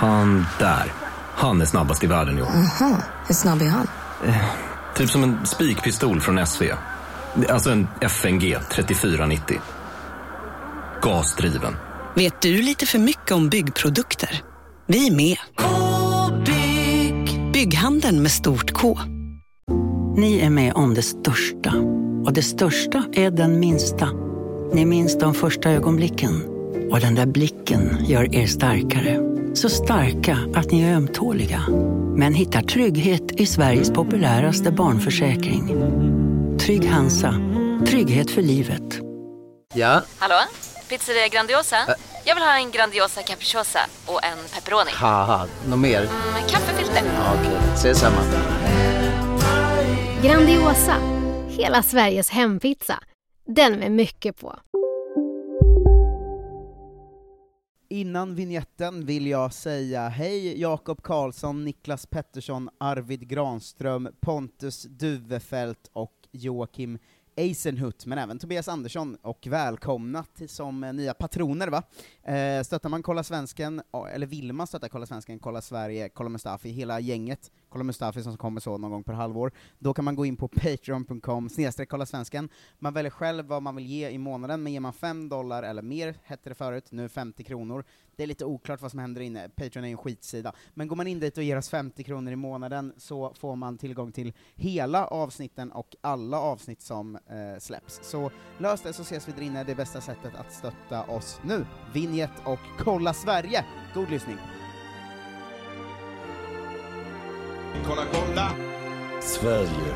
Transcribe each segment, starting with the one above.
Han där. Han är snabbast i världen, jo. Aha, hur snabb är han? Typ som en spikpistol från SV. Alltså en FNG 3490. Gasdriven. Vet du lite för mycket om byggprodukter? Vi är med. K-bygg. Bygghandeln med stort K. Ni är med om det största. Och det största är den minsta. Ni minns de första ögonblicken. Och den där blicken gör er starkare. Så starka att ni är ömtåliga. Men hittar trygghet i Sveriges populäraste barnförsäkring. Trygg Hansa. Trygghet för livet. Ja? Hallå? Pizzeria Grandiosa? Jag vill ha en Grandiosa capriciosa och en pepperoni. Haha, något mer? Kaffefilter. Ja, okej, ses samma. Grandiosa, hela Sveriges hempizza. Den med mycket på. Innan vignetten vill jag säga hej Jakob Karlsson, Niklas Pettersson, Arvid Granström, Pontus Duvefelt och Joakim Eisenhut, men även Tobias Andersson, och välkomna som nya patroner, va? Stöttar man Kolla Svensken, eller vill man stötta Kolla Svensken, Kolla Sverige, Kolla Mustafi, hela gänget, Kolla Mustafi som kommer så någon gång per halvår, då kan man gå in på patreon.com/Kolla Svensken. Man väljer själv vad man vill ge i månaden, men ger man $5 eller mer, hette det förut, nu 50 kronor. Det är lite oklart vad som händer inne, Patreon är en skitsida. Men går man in dit och ger oss 50 kronor i månaden så får man tillgång till hela avsnitten och alla avsnitt som släpps. Så lös det så ses vi där inne, det är bästa sättet att stötta oss nu. Vignett och Kolla Sverige, god lyssning! Kolla, kolla! Sverige.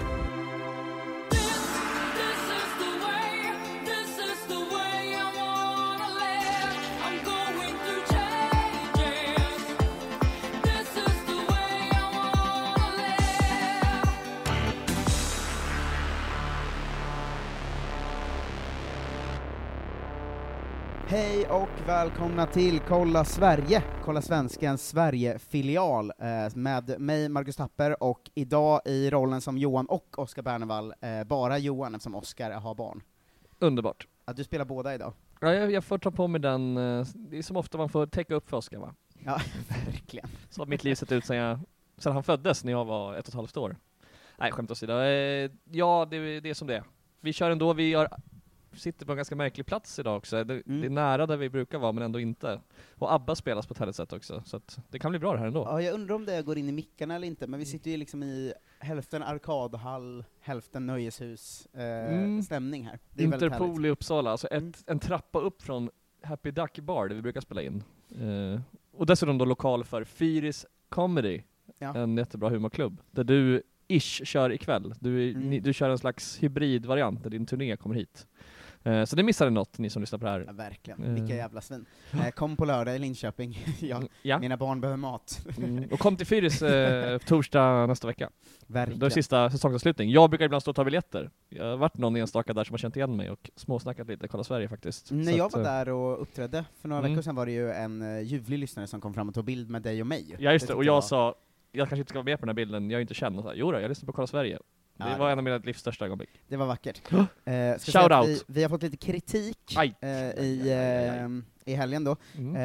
Hej och välkomna till Kolla Sverige, Kolla Svenskens Sverige-filial med mig, Marcus Tapper, och idag i rollen som Johan och Oskar Bernevall, bara Johan eftersom Oskar har barn. Underbart. Att du spelar båda idag. Ja, jag får ta på mig den, det är som ofta man får täcka upp för Oskar, va? Ja, verkligen. Så har mitt liv sett ut sedan han föddes när jag var 1,5 år. Nej, skämt åsido. Ja, det är som det är. Vi kör ändå, sitter på en ganska märklig plats idag också. Det är nära där vi brukar vara, men ändå inte. Och ABBA spelas på ett härligt sätt också, så att det kan bli bra det här ändå. Ja, jag undrar om det går in i mickarna eller inte, men vi sitter ju liksom i hälften arkadhall, hälften nöjeshus stämning här. Det är Interpol i Uppsala, alltså en trappa upp från Happy Duck Bar där vi brukar spela in. Och dessutom då lokal för Fyris Comedy, en jättebra humorklubb, där du kör ikväll. Du kör en slags hybridvariant där din turné kommer hit. Så det missade något, ni som lyssnar på det här. Ja, verkligen. Vilka jävla svin. Kom på lördag i Linköping. Ja. Mina barn behöver mat. Och kom till Fyris torsdag nästa vecka. Verkligen. Det är sista säsongsavslutning. Jag brukar ibland stå och ta biljetter. Jag har varit någon enstaka där som har känt igen mig och småsnackat lite, Kolla Sverige faktiskt. När jag var där och uppträdde för några veckor sedan var det ju en ljuvlig lyssnare som kom fram och tog bild med dig och mig. Ja, just det. Och jag sa, jag kanske inte ska vara med på den här bilden, jag är inte känd. Och så här, jo då, jag lyssnar på Kolla Sverige. Det var en av mina livs största ögonblick. Det var vackert. Shout out! Vi har fått lite kritik i helgen då,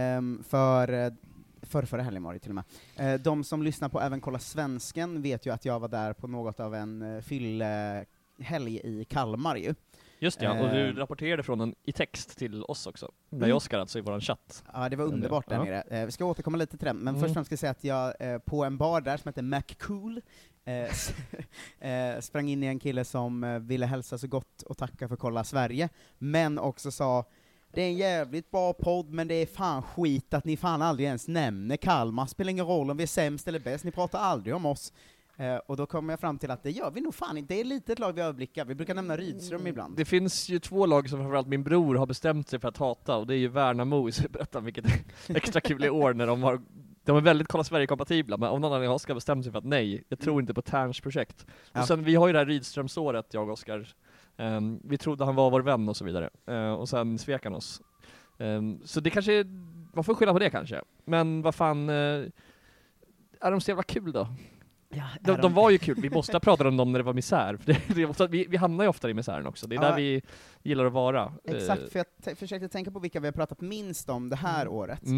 förra helgen var det till och med. De som lyssnar på även Kolla Svensken vet ju att jag var där på något av en fyllhelg i Kalmar ju. Just det, och du rapporterade från den i text till oss också. Med Oskar alltså i våran chatt. Ja, det var underbart där nere. Vi ska återkomma lite till den, men först och främst ska jag säga att jag på en bar där som heter McCool sprang in i en kille som ville hälsa så gott och tacka för Kolla Sverige, men också sa: det är en jävligt bra podd, men det är fan skit att ni fan aldrig ens nämner Kalmar. Spelar ingen roll om vi är sämst eller bäst, ni pratar aldrig om oss. Och då kommer jag fram till att det gör vi nog fan inte. Det är lite ett lag vi överblickar. Vi brukar nämna Rydström ibland. Det finns ju 2 lag som framförallt min bror har bestämt sig för att hata, och det är ju Värnamo i Superettan, vilket är extra kul i år när de är väldigt Kolla Sverige-kompatibla, men om någon annan Oskar bestämt sig för att nej, jag tror inte på Terns projekt. Och sen, vi har ju det här Rydströmsåret, jag och Oskar. Vi trodde han var vår vän och så vidare. Och sen svek han oss. Så det kanske, man får skylla på det kanske. Men vad fan, är de så jävla kul då? Ja, de var ju kul, vi måste ha pratat om dem när det var misär. För vi hamnar ju ofta i misären också, det är där vi gillar att vara. Exakt, för jag försökte tänka på vilka vi har pratat minst om det här året.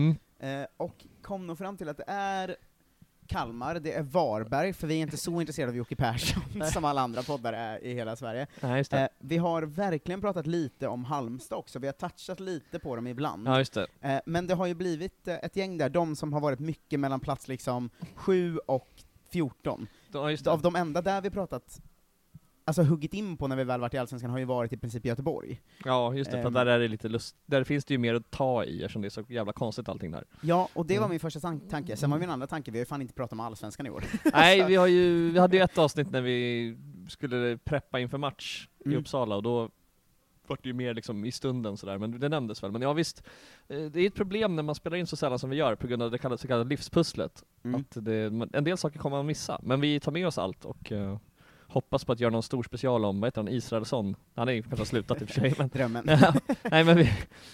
och kom nog fram till att det är Kalmar, det är Varberg, för vi är inte så intresserade av Jocke Persson som alla andra poddar är i hela Sverige. Nej, just det. Vi har verkligen pratat lite om Halmstad också, vi har touchat lite på dem ibland. Ja, just det. Men det har ju blivit ett gäng där, de som har varit mycket mellan plats liksom 7 och 14. Ja, just det. Av de enda där vi pratat, alltså huggit in på när vi väl varit i Allsvenskan, har ju varit i princip Göteborg. Ja, just det, för där är det lite där finns det ju mer att ta i, eftersom det är så jävla konstigt allting där. Ja, och det var min första tanke. Sen var min andra tanke, vi har ju fan inte pratat om Allsvenskan i år. Nej, vi hade ju ett avsnitt när vi skulle preppa inför match i Uppsala, och då var det ju mer liksom i stunden sådär, men det nämndes väl. Men ja visst, det är ett problem när man spelar in så sällan som vi gör på grund av det så kallade livspusslet. Att en del saker kommer man missa, men vi tar med oss allt och hoppas på att göra någon stor special om, vad heter han, Israelsson? Han är kanske slutat i och för sig, men drömmen. Nej,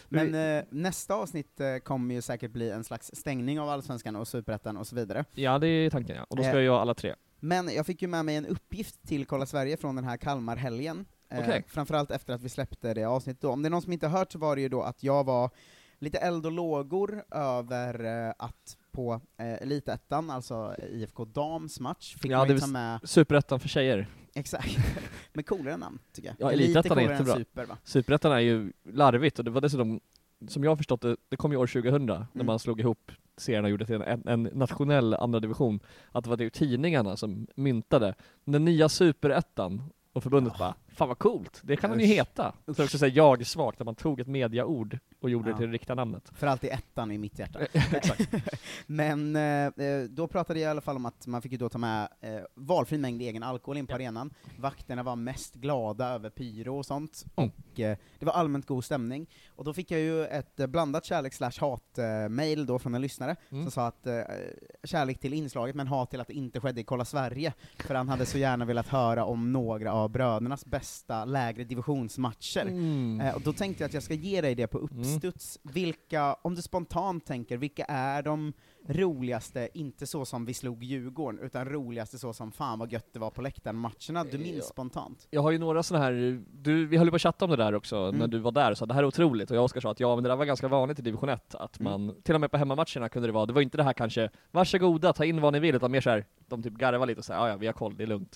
men nästa avsnitt kommer ju säkert bli en slags stängning av Allsvenskan och Superettan och så vidare. Ja, det är tanken, ja. Och då ska jag göra alla 3. Men jag fick ju med mig en uppgift till Kolla Sverige från den här Kalmar-helgen. Framförallt efter att vi släppte det avsnittet då. Om det är någon som inte har hört, så var det ju då att jag var lite eld och lågor över att på Elitettan, alltså IFK Dams match, fick man ju ta med Superettan för tjejer. Exakt. Men coolare namn, tycker jag. Ja, Elitettan är jättebra. Super, va? Superettan är ju larvigt, och det var dessutom, som jag har förstått det kom ju år 2000, när man slog ihop serierna och gjorde till en nationell andra division, att det var det tidningarna som myntade den nya Superettan. Och förbundet bara, fan vad coolt, det kan den ju heta. Så också säga jag svagt, att man tog ett mediaord och gjorde det till det riktiga namnet. För alltid ettan i mitt hjärta. Exakt. Men då pratade jag i alla fall om att man fick ju då ta med valfri mängd egen alkohol in på arenan. Vakterna var mest glada över pyro och sånt. Och det var allmänt god stämning. Och då fick jag ju ett blandat kärlek/hat-mail då från en lyssnare som sa att kärlek till inslaget, men hat till att det inte skedde i Kolla Sverige. För han hade så gärna velat höra om några av brödernas bästa lägre divisionsmatcher. Och då tänkte jag att jag ska ge dig det på uppstuds. Vilka, om du spontant tänker, vilka är de roligaste, inte så som vi slog Djurgården, utan roligaste så som fan vad gött det var på läktaren matcherna, du minns spontant? Jag har ju några sådana här, vi höll på att chatta om det där också när du var där, så det här är otroligt, och jag och Oskar sa att men det där var ganska vanligt i division 1, att man, till och med på hemmamatcherna kunde det var inte det här kanske, varsågoda, ta in vad ni vill, utan mer såhär, de typ garvar lite och säger, ja vi har koll, det är lugnt.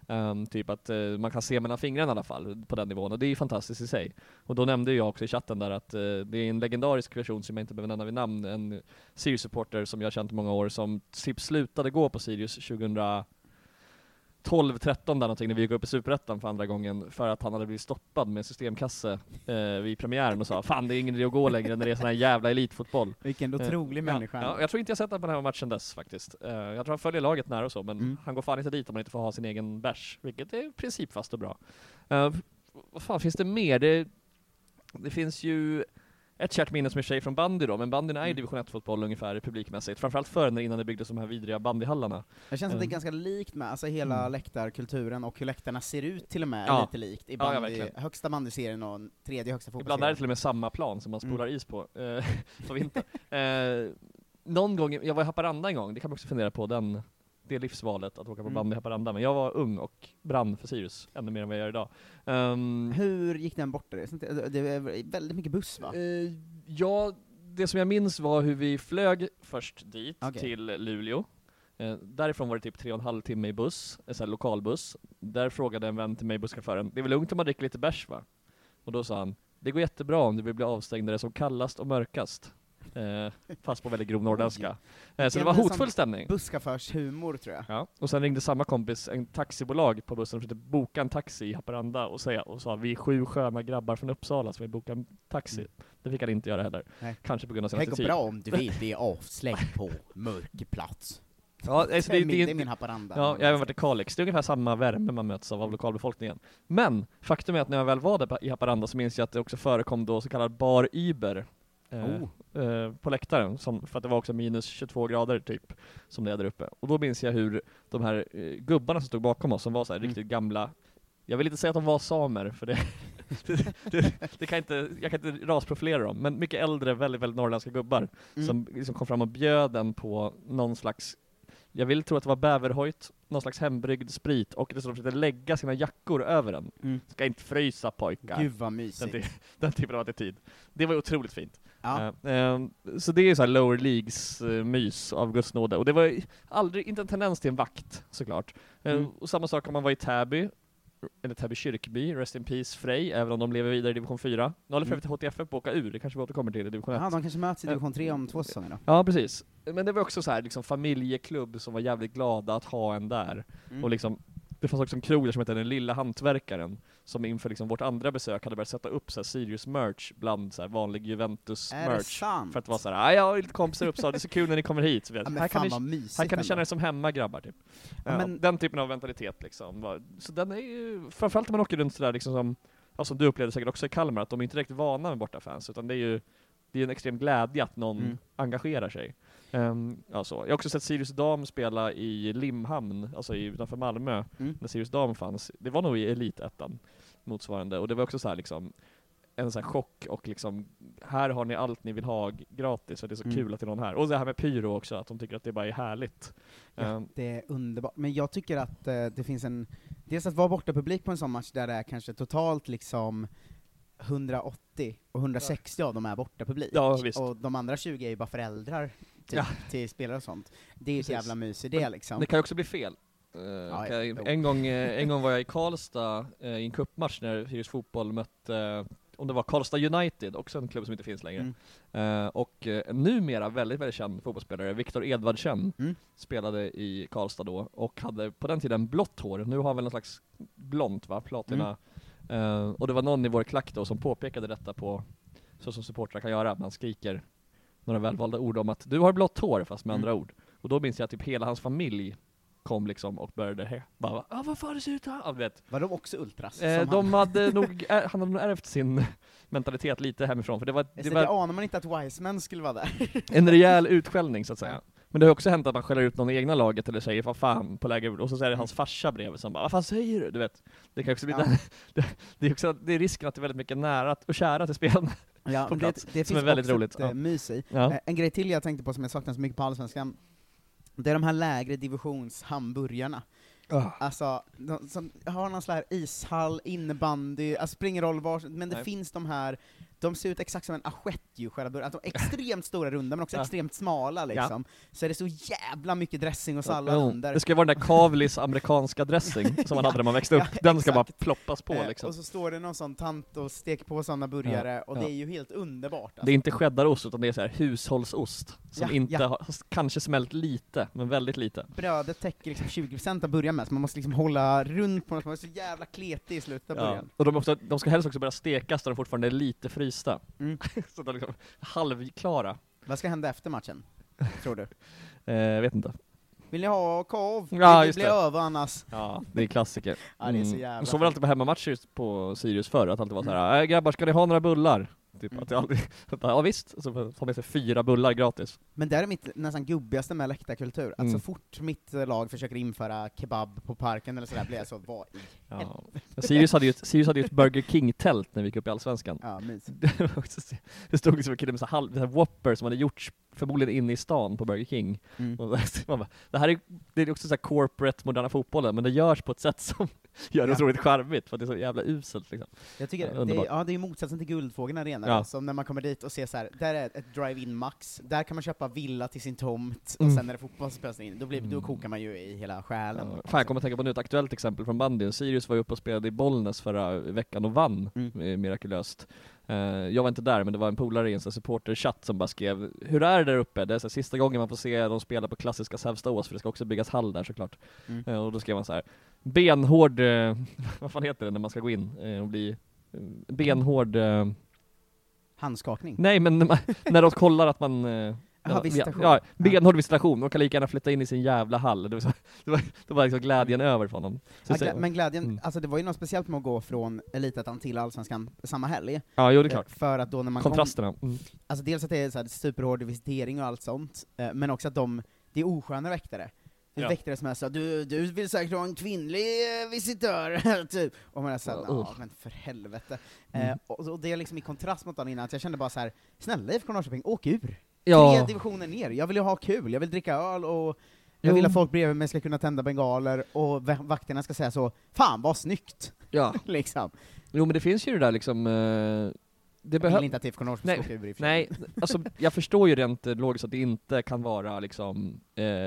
Typ att man kan se mellan fingrarna i alla fall, på den nivån, och det är ju fantastiskt i sig. Och då nämnde jag också i chatten där att det är en legendarisk version som jag inte behöver nämna vid namn, en Sirius-supporter som jag har känt i många år, som typ slutade gå på Sirius 2012-13 där någonting, när vi gick upp i Superettan för andra gången, för att han hade blivit stoppad med systemkasse vid premiären och sa, fan det är ingen idé att gå längre när det är sån här jävla elitfotboll. Vilken otrolig människa. Ja, jag tror inte jag sett den på den här matchen dess faktiskt. Jag tror han följer laget nära och så, men han går fan inte dit om man inte får ha sin egen bärs, vilket är principfast och bra. Vad fan finns det mer? Det finns ju ett kärt minne som är tjej från bandy då, men bandyn är ju division 1-fotboll ungefär publikmässigt, framförallt förr innan det byggdes de här vidriga bandyhallarna. Det känns att det är ganska likt med, alltså hela läktarkulturen och hur läktarna ser ut till och med lite likt i bandy, högsta bandyserien och tredje högsta fotbollsserien. Ibland är det till och med samma plan som man spolar is på vinter. Någon gång, jag var i Haparanda en gång, det kan man också fundera på, det livsvalet att åka på bandy i Haparanda, men jag var ung och brann för Sirius ännu mer än vad jag gör idag. Hur gick den bort? Det är väldigt mycket buss, va? Ja, det som jag minns var hur vi flög först dit till Luleå. Därifrån var det typ 3,5 timme i buss, en sån här lokalbuss. Där frågade en vän till mig, busschauffören, det är väl lugnt om man dricker lite bärs, va? Och då sa han, det går jättebra om du vill bli avstängd där det är som kallast och mörkast. Fast på väldigt grov norrländska. Så det var hotfull stämning. Busschaufförshumor, tror jag. Ja. Och sen ringde samma kompis en taxibolag på bussen och försökte boka en taxi i Haparanda och sa, vi är 7 sköna grabbar från Uppsala som vill boka en taxi. Det fick han inte göra heller. Nej. Kanske på grund av sin attityd. Det går bra om du vill bli avslängd på mörk plats. Ja, alltså det är min Haparanda. Ja, jag har varit i Kalix. Det är ungefär samma värme man möts av lokalbefolkningen. Men faktum är att när jag väl var där i Haparanda så minns jag att det också förekom då så kallad bar Uber. På läktaren, för att det var också minus 22 grader typ som det är där uppe. Och då minns jag hur de här gubbarna som stod bakom oss, som var så här riktigt gamla, jag vill inte säga att de var samer, för jag kan inte rasprofilera dem, men mycket äldre, väldigt, väldigt norrländska gubbar som liksom kom fram och bjöd den på någon slags, jag vill tro att det var bäverhojt, någon slags hembryggd sprit och det så de försökte lägga sina jackor över den. Ska inte frysa, pojkar. Gud vad mysigt. Den typen av attityd. Det var ju otroligt fint. Ja. Så det är ju så här lower leagues mys av Guds nåde. Och det var aldrig, inte en tendens till en vakt, såklart. Och samma sak om man var i Täby, eller Täby Kyrkby, rest in peace Frej, även om de lever vidare i division 4. Nu håller för övrigt HTFF på att åka ur, det kanske vi återkommer till i division 1. Ja, de kanske möts i division 3 om 2 säsonger då. Ja, precis. Men det var också så här liksom familjeklubb som var jävligt glada att ha en där. Och liksom det fanns också en krog som hette Den lilla hantverkaren som inför liksom vårt andra besök hade börjat sätta upp så här Sirius merch bland så här vanlig Juventus merch för att vara så här, jag har lite kompisar upp så det är så kul när ni kommer hit så vet. Här kan ni känna er som hemma, grabbar typ. Men den typen av mentalitet liksom så den är ju framförallt när man åker runt så där liksom som alltså du upplevde säkert också i Kalmar att de är inte direkt vana med bortafans utan det är en extrem glädje att någon engagerar sig. Alltså, jag har också sett Sirius Dam spela i Limhamn, alltså utanför Malmö, när Sirius Dam fanns. Det var nog i Elitettan motsvarande, och det var också så här liksom en sån här chock och liksom här har ni allt ni vill ha gratis och det är så kul att det är någon här. Och det här med pyro också, att de tycker att det bara är härligt. Ja, det är underbart. Men jag tycker att det finns dels att vara borta publik på en sån match där det är kanske totalt liksom 180 och 160 av de är borta publik. Ja, visst. Och de andra 20 är ju bara föräldrar till spelare och sånt. Det är ju så jävla mysigt det liksom. Det kan ju också bli fel. En gång var jag i Karlstad i en cupmatch när Sirius fotboll mötte om det var Karlstad United, också en klubb som inte finns längre. Och numera väldigt, väldigt känd fotbollsspelare, Viktor Edvardsen, spelade i Karlstad då och hade på den tiden blått hår. Nu har han väl någon slags blont, platina. Och det var någon i vår klack då som påpekade detta på så som supportrar kan göra, att man skriker några välvalda ord om att du har blått hår, fast med andra ord. Och då minns jag att typ hela hans familj kom liksom och började bara, vad fan det ser ut här? Vet. Var de också ultras? Han hade nog ärvt sin mentalitet lite hemifrån. För det anar man inte att Wiseman skulle vara där. En rejäl utskällning så att säga. Men det har också hänt att man skäller ut någon i egna laget eller säger vad fan på läge, och så säger hans farsa bredvid som bara, vad fan säger du? Du vet, det kan också bli det är också det är risken att det är väldigt mycket nära och kära till spelarna. Ja, på plats, det som är väldigt roligt. Mys i. En grej till jag tänkte på som jag saknar så mycket på Allsvenskan, det är de här lägre divisions hamburgarna. Alltså, som har någon slags ishall, innebandy, alltså springer roll var, men det finns de här, de ser ut exakt som en assietjuskärabur, att de är extremt stora runda men också extremt smala liksom. Så är det så jävla mycket dressing och sallad under. Det ska vara den där Kavlis amerikanska dressing som man hade när man växte upp. Den ska bara ploppas på liksom. Och så står det någon sån tant och steker på sådana burgare och det är ju helt underbart. Alltså. Det är inte cheddarost utan det är så här hushållsost som inte har kanske smält lite, men väldigt lite. Brödet täcker liksom 20% av burgaren med, så man måste liksom hålla runt på något, man är så jävla kletig i slutet av burgaren. Och de ska helst också börja stekas där de fortfarande är lite frysta. Så de är liksom halvklara. Vad ska hända efter matchen, tror du? Vet inte. Vill ni ha korv? Ja, det blir över annars. Ja, det är klassiker. Ja, det är så jävla. Så var det alltid på hemmamatcher på Sirius förr, att alltid var så här, grabbar, ska ni ha några bullar? Typ att det aldrig, ja visst, så får man med sig 4 bullar gratis. Men det är mitt nästan gubbigaste med läktarkultur, att så fort mitt lag försöker införa kebab på parken eller sådär, blir jag så, vad i Sirius hade ju ett Burger King-tält när vi gick upp i Allsvenskan. Ja, det stod liksom en kille med så här Whopper som hade gjorts förmodligen inne i stan på Burger King. Och man bara, det är också så här corporate moderna fotbollen, men det görs på ett sätt som gör det otroligt charmigt, för att det är så jävla uselt liksom. Jag tycker det är motsatsen till Guldfågeln Arena, alltså, när man kommer dit och ser så här, där är ett drive-in max, där kan man köpa villa till sin tomt, och sen när det fotbollspelas in, då kokar man ju i hela själen. Fan, jag kommer att tänka på nu ett aktuellt exempel från bandyn. Sirius var ju uppe och spelade i Bollnäs förra veckan och vann mirakulöst. Jag var inte där, men det var en polare i en supporterchatt som bara skrev, hur är det där uppe? Det är så sista gången man får se dem spela på klassiska Sävstaås, för det ska också byggas hall där såklart. Och då skrev man så här, benhård, vad fan heter det när man ska gå in och bli benhård handskakning? Nej, men när de kollar att man benhård visitation. De kan lika gärna flytta in i sin jävla hall. Det var liksom glädjen över för honom. Men glädjen, alltså det var ju något speciellt med att gå från Elitettan till Allsvenskan samma helg. Ja, jo, det är klart. För att då när man kontrasterna. Alltså dels att det är så här superhård visitering och allt sånt, men också att det är osköna väktare. Det är väktare som är så, du vill säkert ha en kvinnlig visitör, typ. Och man är så men för helvete. Och det är liksom i kontrast mot den innan, att jag kände bara så här, snälla IFK Norrköping, åk ur. 3 divisioner ner, jag vill ju ha kul, jag vill dricka öl och Jag vill att folk bredvid mig ska kunna tända bengaler, och vakterna ska säga så, fan vad snyggt! Ja. liksom. Jo men det finns ju det där liksom... Jag vill inte att IFK Norrköping ska åka. Nej, alltså jag förstår ju rent logiskt att det inte kan vara liksom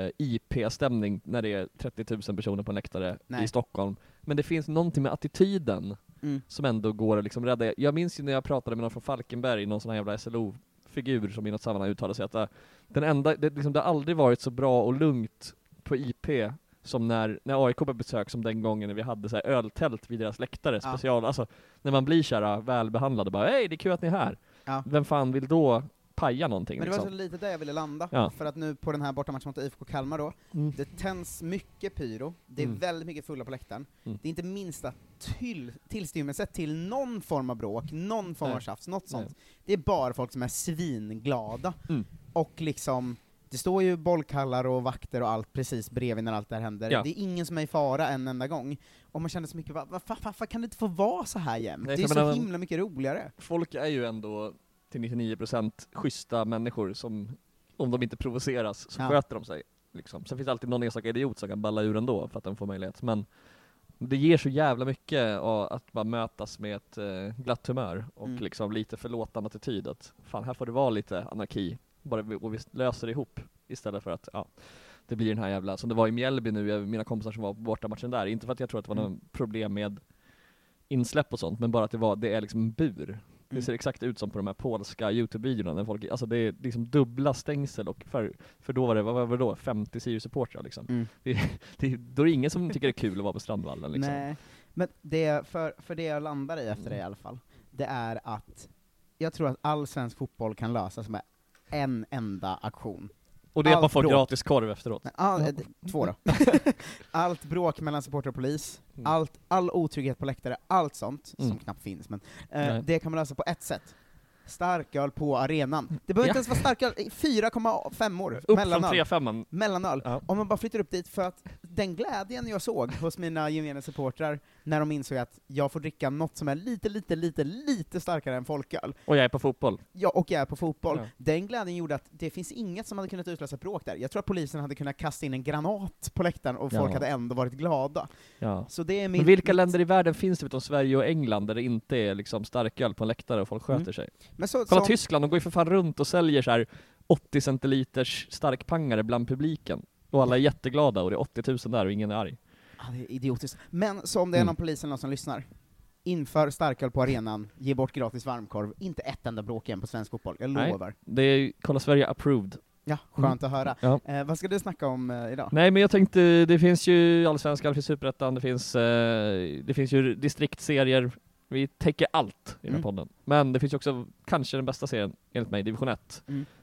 IP-stämning när det är 30 000 personer på en läktare i Stockholm. Men det finns någonting med attityden som ändå går att liksom rädda. Jag minns ju när jag pratade med någon från Falkenberg, någon sån här jävla SLO-figur som i något sammanhang uttalade sig att det har aldrig varit så bra och lugnt på IP som när AIK på besök, som den gången när vi hade så här öltält vid deras läktare special. Alltså när man blir kära välbehandlad och bara hej, det är kul att ni är här. Vem fan vill då paja någonting? Men det var så lite där jag ville landa, för att nu på den här bortamatchen mot IFK Kalmar då, det tänds mycket pyro, det är väldigt mycket fulla på läktaren, det är inte minsta tillstymmelse till någon form av bråk, någon form av tjafs, något sånt. Det är bara folk som är svinglada, och liksom det står ju bollkallar och vakter och allt precis bredvid när allt det här händer. Det är ingen som är i fara en enda gång. Och man känner så mycket, varför kan det inte få vara så här jämt? Det är så himla mycket roligare. Folk är ju ändå till 99% schyssta människor som, om de inte provoceras, så sköter de sig. Liksom. Sen finns det alltid någon enstaka idiot som kan balla ur ändå för att de får möjlighet. Men det ger så jävla mycket att bara mötas med ett glatt humör och liksom lite förlåtande attityd. Att fan, här får det vara lite anarki. Och vi löser det ihop istället för att det blir den här jävla, som det var i Mjällby nu, mina kompisar som var på bortamatchen där, inte för att jag tror att det var någon problem med insläpp och sånt, men bara att det är liksom en bur. Det ser exakt ut som på de här polska YouTube-videorna när folk, alltså det är liksom dubbla stängsel, och för då var det, vad var det då? 50 Sirius-supportrar liksom. Då är det ingen som tycker det är kul att vara på Strandvallen liksom. Nej, men det, för det jag landar i efter det i alla fall, det är att jag tror att all svensk fotboll kan lösas med en enda aktion. Och det är att man får gratis korv efteråt. Två då. Allt bråk mellan supporter och polis, all otrygghet på läktare, allt sånt, som knappt finns, men det kan man lösa på ett sätt. Starköl på arenan. Det behöver inte ens vara starköl, 4,5 upp från 3,5. Mellanöl. Om man bara flyttar upp dit, för att den glädjen jag såg hos mina gemensamma supportrar när de insåg att jag får dricka något som är lite starkare än folköl. Och jag är på fotboll. Ja, och jag är på fotboll. Den glädjen gjorde att det finns inget som hade kunnat utlösa bråk där. Jag tror att polisen hade kunnat kasta in en granat på läktaren och folk hade ändå varit glada. Så det är men vilka länder i världen finns det utom Sverige och England där det inte är liksom starköl på en läktare och folk sköter sig? Men kolla Tyskland, de går ju för fan runt och säljer så här 80 centiliters starkpangare bland publiken. Och alla är jätteglada och det är 80 000 där och ingen är arg. Det är idiotiskt. Men så om det är någon polis eller någon som lyssnar, inför starköl på arenan, ge bort gratis varmkorv, inte ett enda bråk igen på svensk fotboll, jag lovar. Det är Kolla Sverige approved. Ja, skönt att höra. Vad ska du snacka om idag? Nej, men jag tänkte, det finns ju Allsvenskan, det finns Superettan, det finns ju distriktserier. Vi täcker allt i den här podden. Men det finns ju också kanske den bästa serien, enligt mig, Division 1.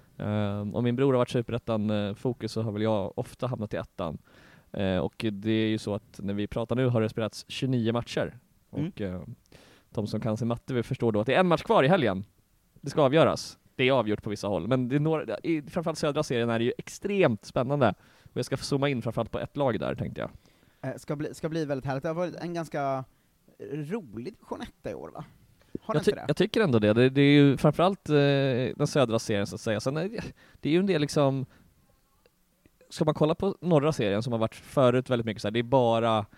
Om min bror har varit Superettan fokus, så har väl jag ofta hamnat i ettan. Och det är ju så att när vi pratar nu har det spelats 29 matcher. Och de som kan se matte vill förstå då att det är en match kvar i helgen. Det ska avgöras. Det är avgjort på vissa håll. Men det är framförallt södra serien är det ju extremt spännande. Och jag ska zooma in framförallt på ett lag där, tänkte jag. Ska bli väldigt härligt. Det har varit en ganska rolig division 1 i år, va? Jag tycker ändå det. Det är ju framförallt den södra serien, så att säga. Sen det är ju en del liksom... Ska man kolla på norra serien som har varit förut väldigt mycket så här, det är bara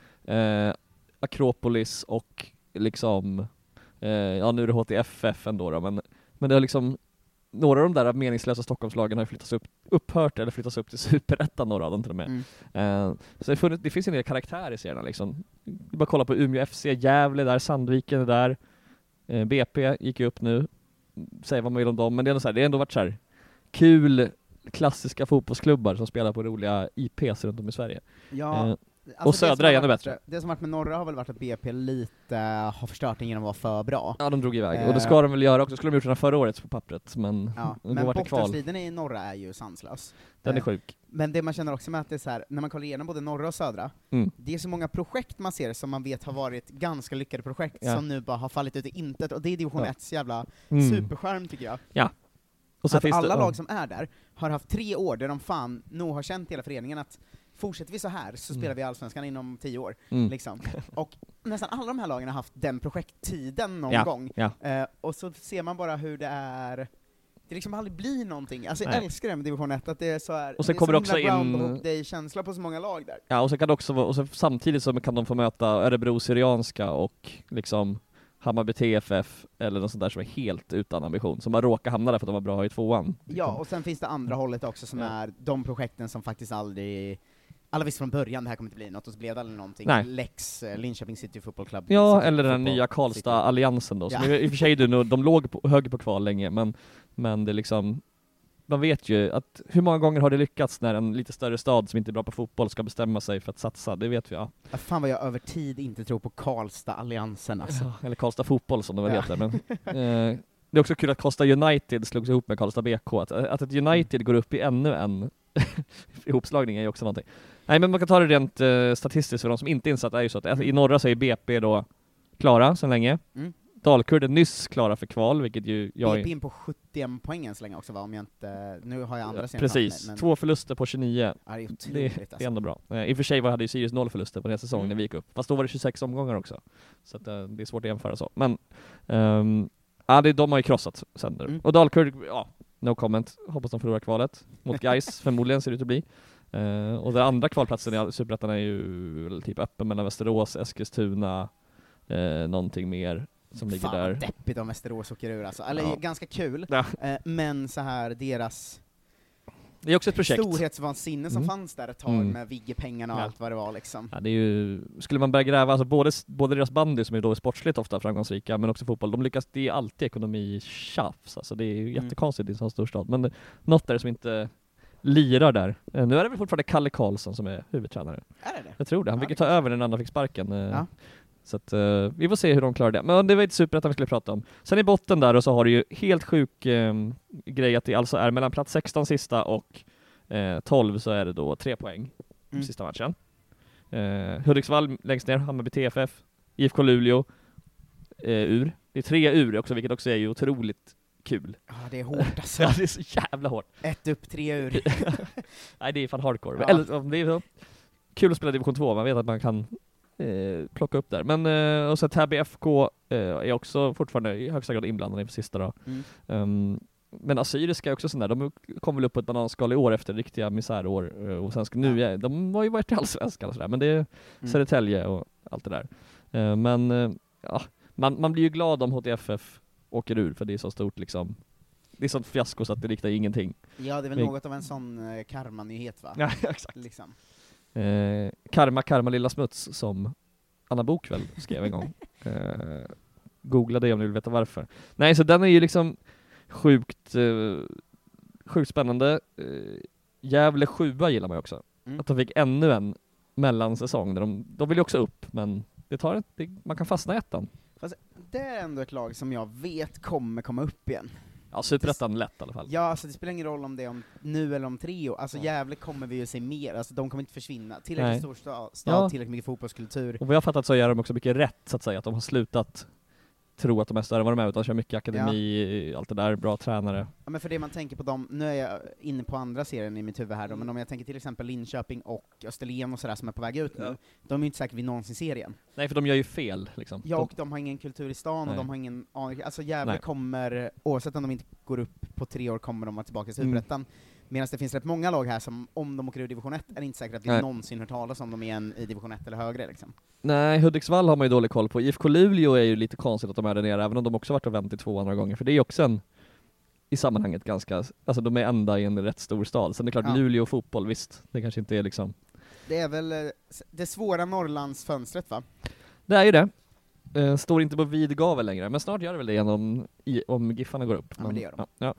Akropolis och liksom nu är det HTFF ändå då, men det har liksom några av de där meningslösa Stockholmslagen har flyttats upphört eller flyttats upp till Superettan, några av dem till och med. Så det finns en del karaktär i serierna liksom. Bara kolla på Umeå FC, Gävle där, Sandviken är där. BP gick ju upp nu. Säg vad man vill om dem, men det är ändå varit så här kul klassiska fotbollsklubbar som spelar på roliga IPs runt om i Sverige. Ja, och södra är ännu bättre. Det som varit med norra har väl varit att BP lite har förstört den genom att vara för bra. Ja, de drog iväg. Och det ska de väl göra också. Skulle de gjort den förra året på pappret, men bottenstriden i norra är ju sanslös. Den är sjuk. Men det man känner också med att det är så här, när man kollar igenom både norra och södra, det är så många projekt man ser som man vet har varit ganska lyckade projekt som nu bara har fallit ut i intet, och det är division 1s jävla superskärm, tycker jag. Ja. Och så att alla lag som är där har haft 3 år där de fan nog har känt hela föreningen att fortsätter vi så här så spelar vi Allsvenskan inom 10 år. Liksom. Och nästan alla de här lagen har haft den projekttiden någon gång. Och så ser man bara hur det är det liksom aldrig blir någonting. Alltså jag älskar det med division 1, att det är så här. Och sen kommer det också in... Det är känsla på så många lag där. Ja, och sen kan det också vara, och sen samtidigt så kan de få möta Örebro Syrianska och liksom Hammarby TFF eller något sånt där som är helt utan ambition, som bara råkar hamna där för att de var bra i 2:an. Ja, och sen finns det andra hållet också som är de projekten som faktiskt aldrig... Alla visste från början det här kommer inte bli något, och så blev det aldrig någonting. Nej. Lex, Linköping City Football Club. Ja, City eller den Football nya Karlstad-alliansen då, som Ja. i och för sig de låg höger på kval länge, men det liksom, man vet ju att hur många gånger har det lyckats när en lite större stad som inte är bra på fotboll ska bestämma sig för att satsa, det vet vi. Ja. Fan vad jag över tid inte tror på Karlstad-alliansen alltså. Ja, eller Karlstad Fotboll som de väl heter, men det är också kul att Karlstad United slogs ihop med Karlstad BK, att ett United går upp i ännu en ihopslagning är ju också någonting. Nej, men man kan ta det rent statistiskt för de som inte är insatt, är ju så att i norra så är BP då klara sedan länge. Dalkurd är nyss klara för kval, vilket ju jag... BP in på 71 poängen så länge också, va? Om jag inte... Nu har jag andra precis, men... 2 förluster på 29. Ja, det är otroligt, det är alltså. ändå bra. I och för sig hade ju Sirius 0 förluster på den här säsongen när vi gick upp. Fast då var det 26 omgångar också. Så att, det är svårt att jämföra så. Men de har ju krossat sen. Och Dalkurd, no comment. Hoppas de förlorar kvalet mot Gais. Förmodligen ser det ut att bli. Och den andra kvalplatsen i Superettan är ju typ öppen mellan Västerås, Eskilstuna, någonting mer som ligger där. Fan deppigt om Västerås åker ur alltså. Eller ganska kul, men så här deras... Det är också ett projekt. Storhetsvansinne som fanns där ett tag med Vigge-pengarna och allt vad det var liksom. Ja, det är ju, skulle man börja gräva, alltså både deras bandy som är då sportsligt ofta framgångsrika, men också fotboll, de lyckas, det är alltid ekonomi-tjafs, alltså det är ju jättekonstigt i en sån stor stad, men något är det som inte lirar där. Nu är det väl fortfarande Kalle Karlsson som är huvudtränare. Är det? Jag tror det, han fick ta över när den andra fick sparken. Så att, vi får se hur de klarar det. Men det var inte Superettan vi skulle prata om. Sen i botten där och så har du ju helt sjuk grej att det alltså är mellan plats 16 sista och 12 så är det då 3 poäng sista matchen. Hudiksvall längst ner, Hammarby TFF, IFK Luleå ur. Det är 3 ur också, vilket också är ju otroligt kul. Ja, det är hårt alltså. Ja, det är så jävla hårt. 1 upp, 3 ur. Nej, det är fan hardcore. Ja. Eller, det är så kul att spela division 2, man vet att man kan plocka upp där. Men och så Täby FK är också fortfarande i högsta grad inblandade inför sista då. Men Assyriska är också sån där, de kom väl upp på ett bananskal i år efter riktiga misärår och sen ska nu de har ju varit i Allsvenskan och sådär, men det är Södertälje och allt det där. Man blir ju glad om HTFF åker ur, för det är så stort liksom. Det är sånt fiasko så att det riktar ingenting. Ja, det är väl något av en sån karma-nyhet, va? Ja, exakt. Liksom. Karma lilla smuts, som Anna Bok väl skrev en gång. Googla det om ni vill veta varför. Nej, så den är ju liksom sjukt spännande. Gävle 7 gillar man ju också. Att de fick ännu en mellansäsong där de vill ju också upp, men man kan fastna i ettan. Fast det är ändå ett lag som jag vet kommer komma upp igen. Ja, Superettan lätt i alla fall. Ja, alltså det spelar ingen roll om det är om nu eller om 3 år. Alltså Gävle kommer vi ju se mer, alltså de kommer inte försvinna. Tillräckligt stor stad, tillräckligt mycket fotbollskultur. Och vad jag har fattat så gör de också mycket rätt, så att säga, att de har slutat tro att de är större än vad de är, utan kör mycket akademi, allt det där, bra tränare. Ja, men för det man tänker på dem, nu är jag inne på andra serien i mitt huvud här då, men om jag tänker till exempel Linköping och Österlen och sådär som är på väg ut nu, de är ju inte säkert vi någonsin serien. Nej, för de gör ju fel liksom. Ja, och de har ingen kultur i stan och de har ingen aning, alltså Gävle kommer, oavsett om de inte går upp på 3 år, kommer de vara tillbaka i Superettan. Medan det finns rätt många lag här som, om de åker ur division 1, är det inte säkert att vi någonsin hört talas om dem igen i division 1 eller högre liksom. Nej, Hudiksvall har man ju dålig koll på. IFK Luleå är ju lite konstigt att de är där nere, även om de också varit och vänt i 2 andra gånger, för det är ju också en, i sammanhanget ganska, alltså de är ända i en rätt stor stad. Sen det är klart, Luleå och fotboll, visst, det kanske inte är liksom... Det är väl det svåra Norrlandsfönstret, va? Det är ju det. Står inte på vid gavel längre, men snart gör det väl det igen om Giffarna går upp. Ja, men det gör de. Ja.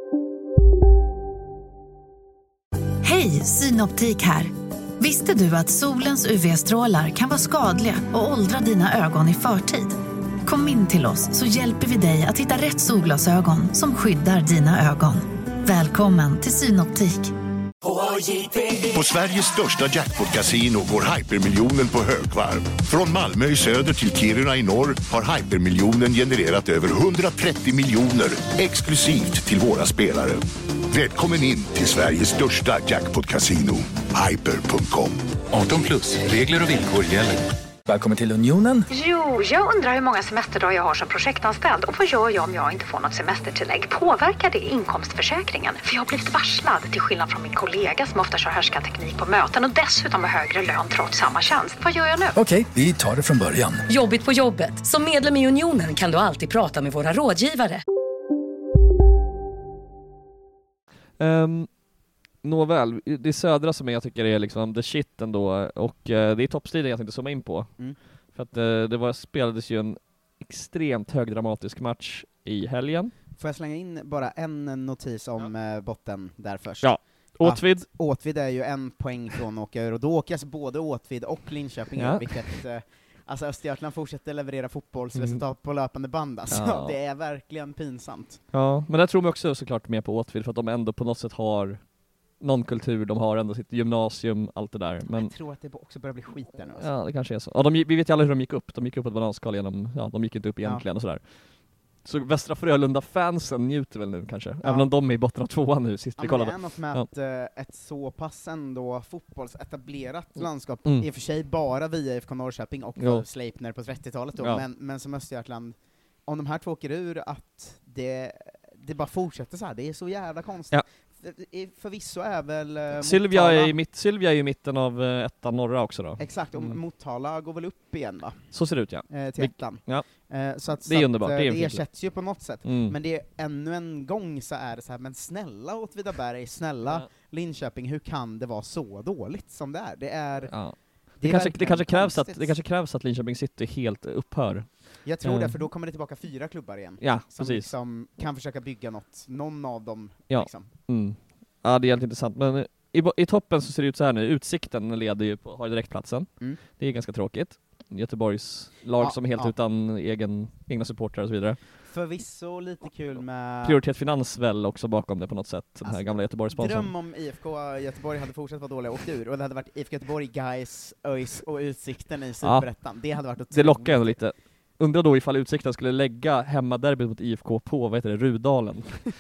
Hej, Synoptik här. Visste du att solens UV-strålar kan vara skadliga och åldra dina ögon i förtid? Kom in till oss så hjälper vi dig att hitta rätt solglasögon som skyddar dina ögon. Välkommen till Synoptik. På Sveriges största jackpot-casino går Hypermiljonen på högvarv. Från Malmö i söder till Kiruna i norr har Hypermiljonen genererat över 130 miljoner exklusivt till våra spelare. Välkommen in till Sveriges största jackpot-casino, hyper.com. 18+, regler och villkor gäller. Välkommen till Unionen. Jo, jag undrar hur många semesterdagar jag har som projektanställd. Och vad gör jag om jag inte får något semestertillägg? Påverkar det inkomstförsäkringen? För jag har blivit varslad, till skillnad från min kollega som ofta kör härskarteknik på möten och dessutom har högre lön trots samma tjänst. Vad gör jag nu? Okej, vi tar det från början. Jobbigt på jobbet. Som medlem i Unionen kan du alltid prata med våra rådgivare. Nåväl, det är södra som jag tycker är liksom the shit ändå, och det är toppstriden jag tänkte zooma in på. För att spelades ju en extremt högdramatisk match i helgen. Får jag slänga in bara en notis om botten där först? Ja, Åtvid. Åtvid är ju 1 poäng från att åka ur, och då åker alltså både Åtvid och Linköping ur, vilket alltså Östergötland fortsätter leverera fotbollsresultat på löpande band, alltså. Ja. Det är verkligen pinsamt. Ja, men där tror man också såklart med på Åtvid, för att de ändå på något sätt har någon kultur, de har ändå sitt gymnasium, allt det där. Men jag tror att det också börjar bli skit där nu. Alltså. Ja, det kanske är så. Ja, vi vet ju alla hur de gick upp. De gick upp ett bananskal genom, de gick inte upp egentligen och sådär. Så Västra Frölunda-fansen njuter väl nu kanske, även om de är i botten av 2 nu sist vi kollade. Det är något med att ett så pass ändå fotbollsetablerat landskap, i och för sig bara via IFK Norrköping och Sleipner på 30-talet då, men som Östergötland, om de här 2 åker ur, att det bara fortsätter så här. Det är så jävla konstigt. Ja. Förvisso är väl Sylvia är i mitten av 1:an norra också då. Exakt, och Motala går väl upp igen, va? Så ser det ut, ja. Till 1:an. Ja. Så att, det är underbart. Det ersätts ju på något sätt. Men det är ännu en gång så är det så här, men snälla Åtvidaberg, snälla Linköping, hur kan det vara så dåligt som det är? Det är det kanske krävs att Linköping City helt upphör. Jag tror det, för då kommer det tillbaka 4 klubbar igen. Ja, som precis. Liksom kan försöka bygga någon av dem. Ja. Liksom. Ja, det är helt intressant. Men i toppen så ser det ut så här nu. Utsikten leder ju har direktplatsen. Det är ganska tråkigt. Göteborgs lag som är helt utan egna supportrar och så vidare. Förvisso lite kul med Prioritet Finans väl också bakom det på något sätt, den här gamla Göteborgssponsorn. Dröm om IFK Göteborg hade fortsatt vara dåliga och åkt ur, och det hade varit IFK Göteborg, Gais, ÖIS och Utsikten i Superettan. Det hade varit otroligt. Det lockar ändå lite. Undrar då ifall Utsikten skulle lägga hemmaderbyt mot IFK på, Rudalen.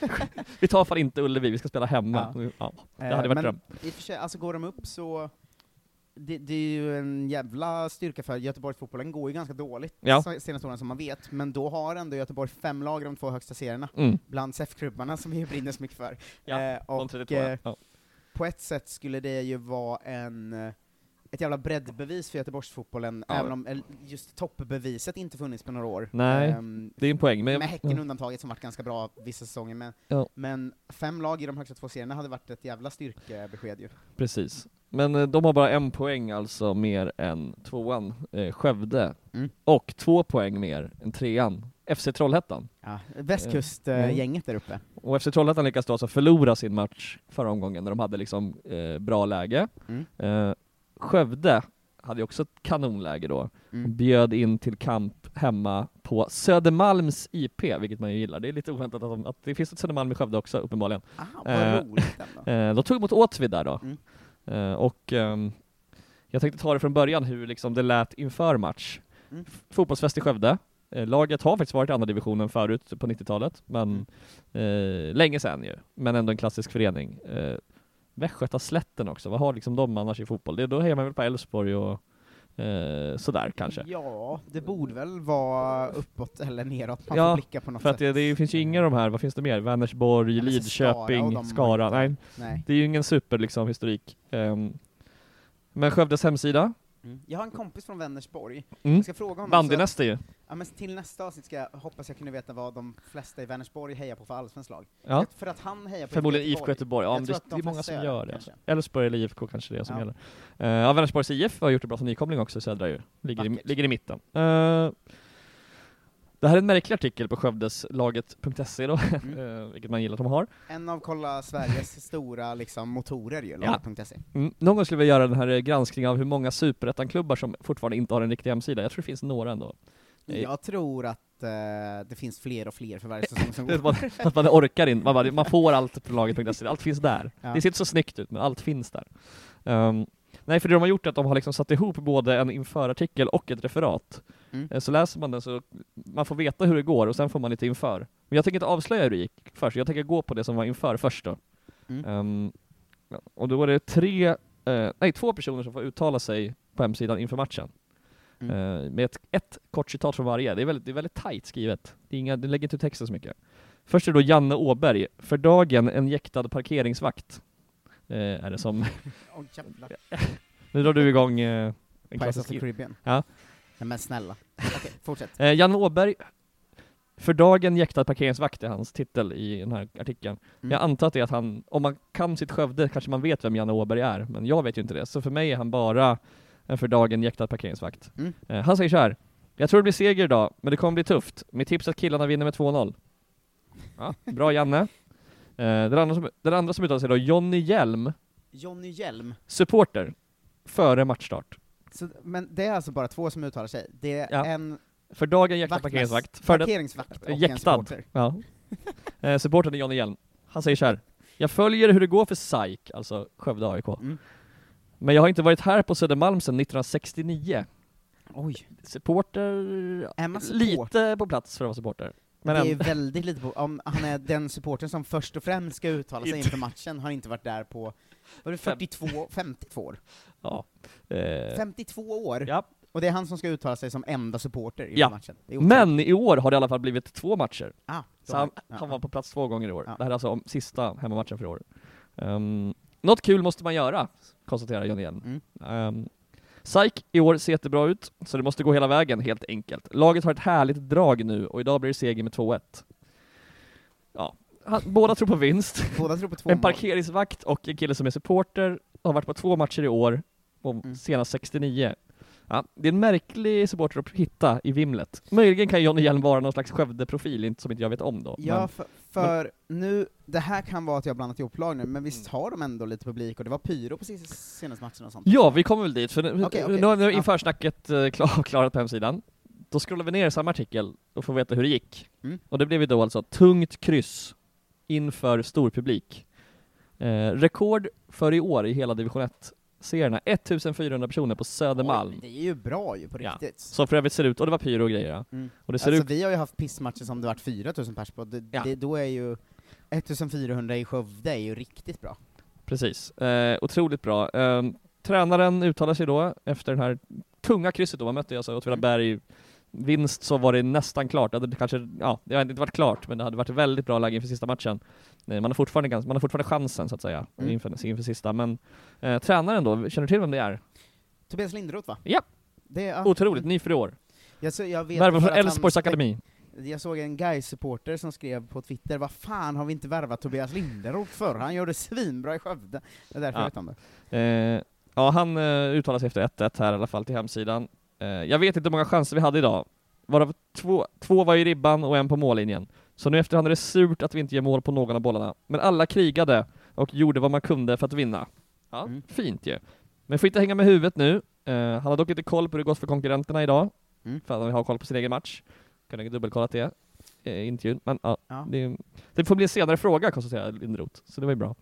Vi tar fan inte Ullevi, vi ska spela hemma. Ja, det hade varit dröm. I och för sig, alltså går de upp så det är ju en jävla styrka för Göteborgs fotbollen går ju ganska dåligt senaste åren som man vet, men då har ändå Göteborg 5 lag i de 2 högsta serierna bland SEF-klubbarna som vi brinner så mycket för. Och på ett sätt skulle det ju vara ett jävla breddbevis för Göteborgsfotbollen, även om just toppbeviset inte funnits på några år. Nej, det är en poäng. Med Häcken undantaget som varit ganska bra vissa säsonger, men 5 lag i de högsta 2 serierna hade varit ett jävla styrkebesked ju. Precis. Men de har bara 1 poäng alltså mer än 2:an, Skövde, och 2 poäng mer än 3:an, FC Trollhättan. Ja, västkustgänget där uppe. Och FC Trollhättan lyckas då alltså förlora sin match förra omgången när de hade liksom bra läge. Skövde hade också ett kanonläge då. Bjöd in till kamp hemma på Södermalms IP, vilket man ju gillar. Det är lite oväntat att det finns ett Södermalm i Skövde också, uppenbarligen. Vad roligt ändå. De tog emot Åtvid där då. Och jag tänkte ta det från början hur liksom det lät inför match. Fotbollsfest i Skövde. Laget har faktiskt varit i andra divisionen förut på 90-talet, men länge sedan ju. Men ändå en klassisk förening. Västgötaslätten också, vad har liksom de annars i fotboll? Då hejar man väl på Elfsborg och sådär kanske. Ja, det borde väl vara uppåt eller neråt, man får blicka på något för sätt. Att det finns ju inga av de här, vad finns det mer? Vänersborg, Lidköping, Skara. Nej. Det är ju ingen super liksom historik. Men Skövdes hemsida. Jag har en kompis från Vänersborg. Jag ska fråga honom. Bandynästa ju. Ja, men till nästa avsnitt hoppas jag kunna veta vad de flesta i Vänersborg hejar på för allsvensk lag. Ja. För att han hejar på förmodligen IFK Göteborg. Ja, det är många som gör det. Elfsborg eller IFK kanske det som gäller. Vänersborgs IF har gjort det bra som nykomling också, södra ju. Ligger i mitten. Det här är en märklig artikel på Skövdeslaget.se då, vilket man gillar att de har. En av Kolla Sveriges stora liksom, motorer ju, laget.se. Någon gång skulle vi göra den här granskningen av hur många superettanklubbar som fortfarande inte har en riktig hemsida. Jag tror det finns några ändå. Jag tror att det finns fler och fler för varje säsong som går. Att man orkar in, man får allt på laget.se, allt finns där. Det ser inte så snyggt ut, men allt finns där. Nej, för det de har gjort är att de har liksom satt ihop både en införartikel och ett referat. Så läser man den så man får veta hur det går och sen får man lite inför. Men jag tänker inte avslöja hur det gick först, jag tänker gå på det som var inför först då. Och då var det 2 personer som får uttala sig på hemsidan inför matchen. Med ett kort citat från varje. Det är väldigt tajt skrivet. Det lägger inte ut texten så mycket. Först är det då Janne Åberg. För dagen en jäktad parkeringsvakt. Är det som... Nu drar du igång en Pirates of the Caribbean. Ja. Nej, men snälla. Okej, fortsätt. Janne Åberg. För dagen jäktad parkeringsvakt är hans titel i den här artikeln. Jag antar att det är att han, om man kan sitt Skövde kanske man vet vem Janne Åberg är, men jag vet ju inte det. Så för mig är han bara en för dagen jäktad parkeringsvakt. Han säger så här: jag tror det blir seger idag, men det kommer bli tufft. Mitt tips är att killarna vinner med 2-0. Ja, bra Janne. Den andra som uttalar sig då, Johnny Hjelm. Johnny Hjelm. Supporter. Före matchstart. Så, men det är alltså bara 2 som uttalar sig. Det är en... För dagen jäktad parkeringsvakt. Parkeringsvakt och jäktad. En supporter. Ja. Supportern är Johnny Hjelm. Han säger så här: jag följer hur det går för SAIK, alltså Skövde AIK. Men jag har inte varit här på Södermalm sedan 1969. Oj. Supporter, lite på plats för att vara supporter. Men det är väldigt lite på, om han är den supporten som först och främst ska uttala sig inför matchen, har inte varit där på, var det 52 år? Ja. 52 år? Ja. Och det är han som ska uttala sig som enda supporter i matchen. Men i år har det i alla fall blivit 2 matcher. Så han var på plats 2 gånger i år. Det här är alltså sista hemmamatchen för i år. Något kul måste man göra, konstaterar Johnny Hjelm. SAIK i år ser jättebra ut, så det måste gå hela vägen helt enkelt. Laget har ett härligt drag nu och idag blir det seger med 2-1. Ja, båda tror på vinst. Båda tror på 2 En parkeringsvakt och en kille som är supporter har varit på 2 matcher i år och senast 69. Ja, det är en märklig supporter att hitta i vimlet. Möjligen kan Johnny Hjelm vara någon slags Skövde-profil, som inte jag vet om då. Ja, för nu, det här kan vara att jag har blandat ihop lag nu, men visst har de ändå lite publik, och det var pyro på senaste matchen och sånt. Ja, vi kommer väl dit, för okay. Nu har införsnacket klarat på hemsidan. Då scrollar vi ner samma artikel och får veta hur det gick. Och det blev ju då alltså tungt kryss inför stor publik. Rekord för i år i hela division 1. Serierna, 1400 personer på Södermalm. Oj, det är ju bra ju på riktigt. Ja. Så för övrigt ser det ut, och det var pyro och grejer. Ja. Och det ser alltså ut... vi har ju haft pissmatcher som det varit 4000 pers på. Då är ju 1400 i Skövde är ju riktigt bra. Precis, otroligt bra. Tränaren uttalar sig då efter den här tunga krysset då. Man mötte alltså Åtvidaberg. Vinst så var det nästan klart. Det hade inte varit klart, men det hade varit väldigt bra läge inför sista matchen. Man har fortfarande chansen så att säga inför sista. Men tränaren då, känner du till vem det är? Tobias Linderoth, va? Ja, det är otroligt, ny för i år. Jag vet värvar från Elfsborgs akademi. Jag såg en Gais-supporter som skrev på Twitter: vad fan har vi inte värvat Tobias Linderoth för? Han gör det svinbra i Skövde. Det är därför jag vet om det. Han uttalar sig efter 1-1 här i alla fall till hemsidan. Jag vet inte hur många chanser vi hade idag. Varav två var i ribban och en på mållinjen. Så nu efterhand är det surt att vi inte ger mål på någon av bollarna. Men alla krigade och gjorde vad man kunde för att vinna. Ja, fint ju. Men får inte hänga med huvudet nu. Han har dock inte koll på hur det gått för konkurrenterna idag. För att han har koll på sin egen match. Kan jag dubbelkolla det i intervjun. Men det får bli en senare fråga, konstaterar Linderoth. Så det var ju bra.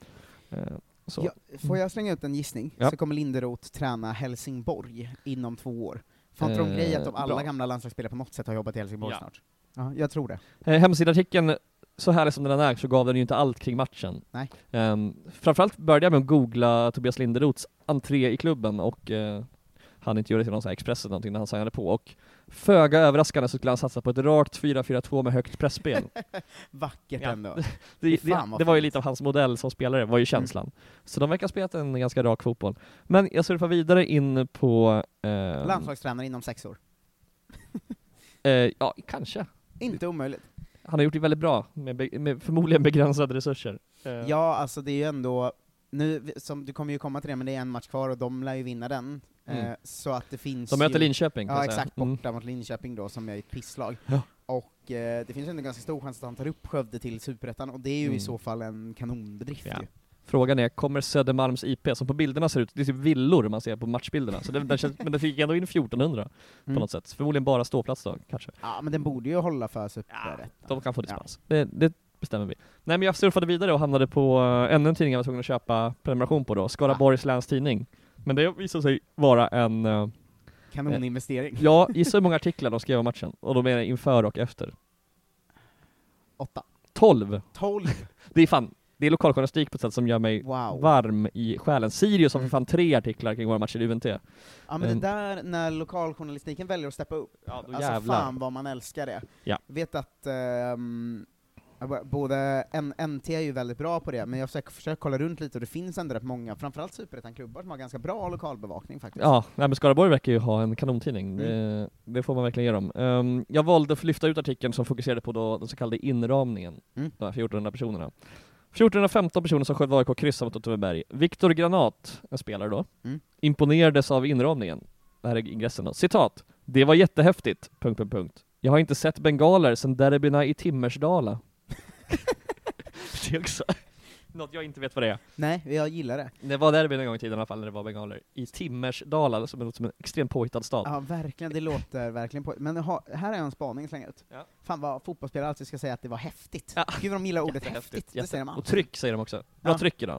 Så. Får jag slänga ut en gissning? Så kommer Linderoth träna Helsingborg inom 2 år. Får inte de grejer att alla gamla landslagsspelare på något sätt har jobbat i Helsingborg snart? Ja, jag tror det. Hemsidartikeln, så härlig som den är, så gav den ju inte allt kring matchen. Nej. Framförallt började jag med att googla Tobias Linderoths entré i klubben och han inte gjorde till någon sån här Expressen någonting när han signade på, och föga överraskande så skulle han satsa på ett rakt 4-4-2 med högt pressspel. Vackert ändå. Det var ju lite av hans modell som spelare, var ju känslan. Så de verkar ha spelat en ganska rak fotboll. Men jag surfar vidare in på... landslagstränare inom 6 år. Ja, kanske. Inte omöjligt. Han har gjort det väldigt bra, med förmodligen begränsade resurser. Ja, alltså det är ju ändå... Nu, du kommer ju komma till det, men det är en match kvar och de lär ju vinna den. Så att det finns de möter Linköping. Ja, exakt, borta mot Linköping då, som är ett pisslag. Ja. Och det finns ju en ganska stor chans att han tar upp Skövde till Superettan, och det är ju i så fall en kanonbedrift ju. Frågan är, kommer Södermalms IP, som på bilderna ser ut, det är typ villor man ser på matchbilderna, så men den fick ändå in 1400 på något sätt. Förmodligen bara ståplats då, kanske. Ja, men den borde ju hålla för Superettan. Ja, de kan få dispens. Det bestämmer vi. Nej, men jag surfade vidare och hamnade på ännu en tidning jag var tvungen att köpa prenumeration på då, Skaraborgs läns tidning. Men det visade sig vara en... kanoninvestering. Ja, gissa hur många artiklar de skrev om matchen. Och de är inför och efter. 8. 12. 12? Det är fan Det är lokaljournalistik på ett sätt som gör mig varm i själen. Sirius har för fan 3 artiklar kring våra matcher i UNT. Ja, men det där när lokaljournalistiken väljer att steppa upp, ja, då alltså fan vad man älskar det. Ja. Jag vet att både NT är ju väldigt bra på det, men jag försöker kolla runt lite och det finns ändå rätt många, framförallt Superettan-klubbar som har ganska bra lokalbevakning faktiskt. Ja, men Skaraborg verkar ju ha en kanontidning. Det får man verkligen ge dem. Jag valde att lyfta ut artikeln som fokuserade på då den så kallade inramningen. De här 1400 personerna. 1415 personer som Skövde AIK kryssade mot Åtvidaberg. Viktor Granat, en spelare då, imponerades av inramningen. Det här är ingressen då. Citat: "Det var jättehäftigt. ... Jag har inte sett bengaler sedan derbyna i Timmersdala." Det är också något jag inte vet vad det är. Nej, jag gillar det. Det var derbyn en gång i tiden i alla fall när det var bengaler. I Timmersdala, som är en extremt påhittad stad. Ja, verkligen. Det låter verkligen på. Men här är en spaning slänga ut. Ja. Fan vad fotbollsspelare alltid ska säga att det var häftigt. Ja. Gud vad de gillar ordet häftigt. Det säger man. Och tryck säger de också. Bra tryck idag.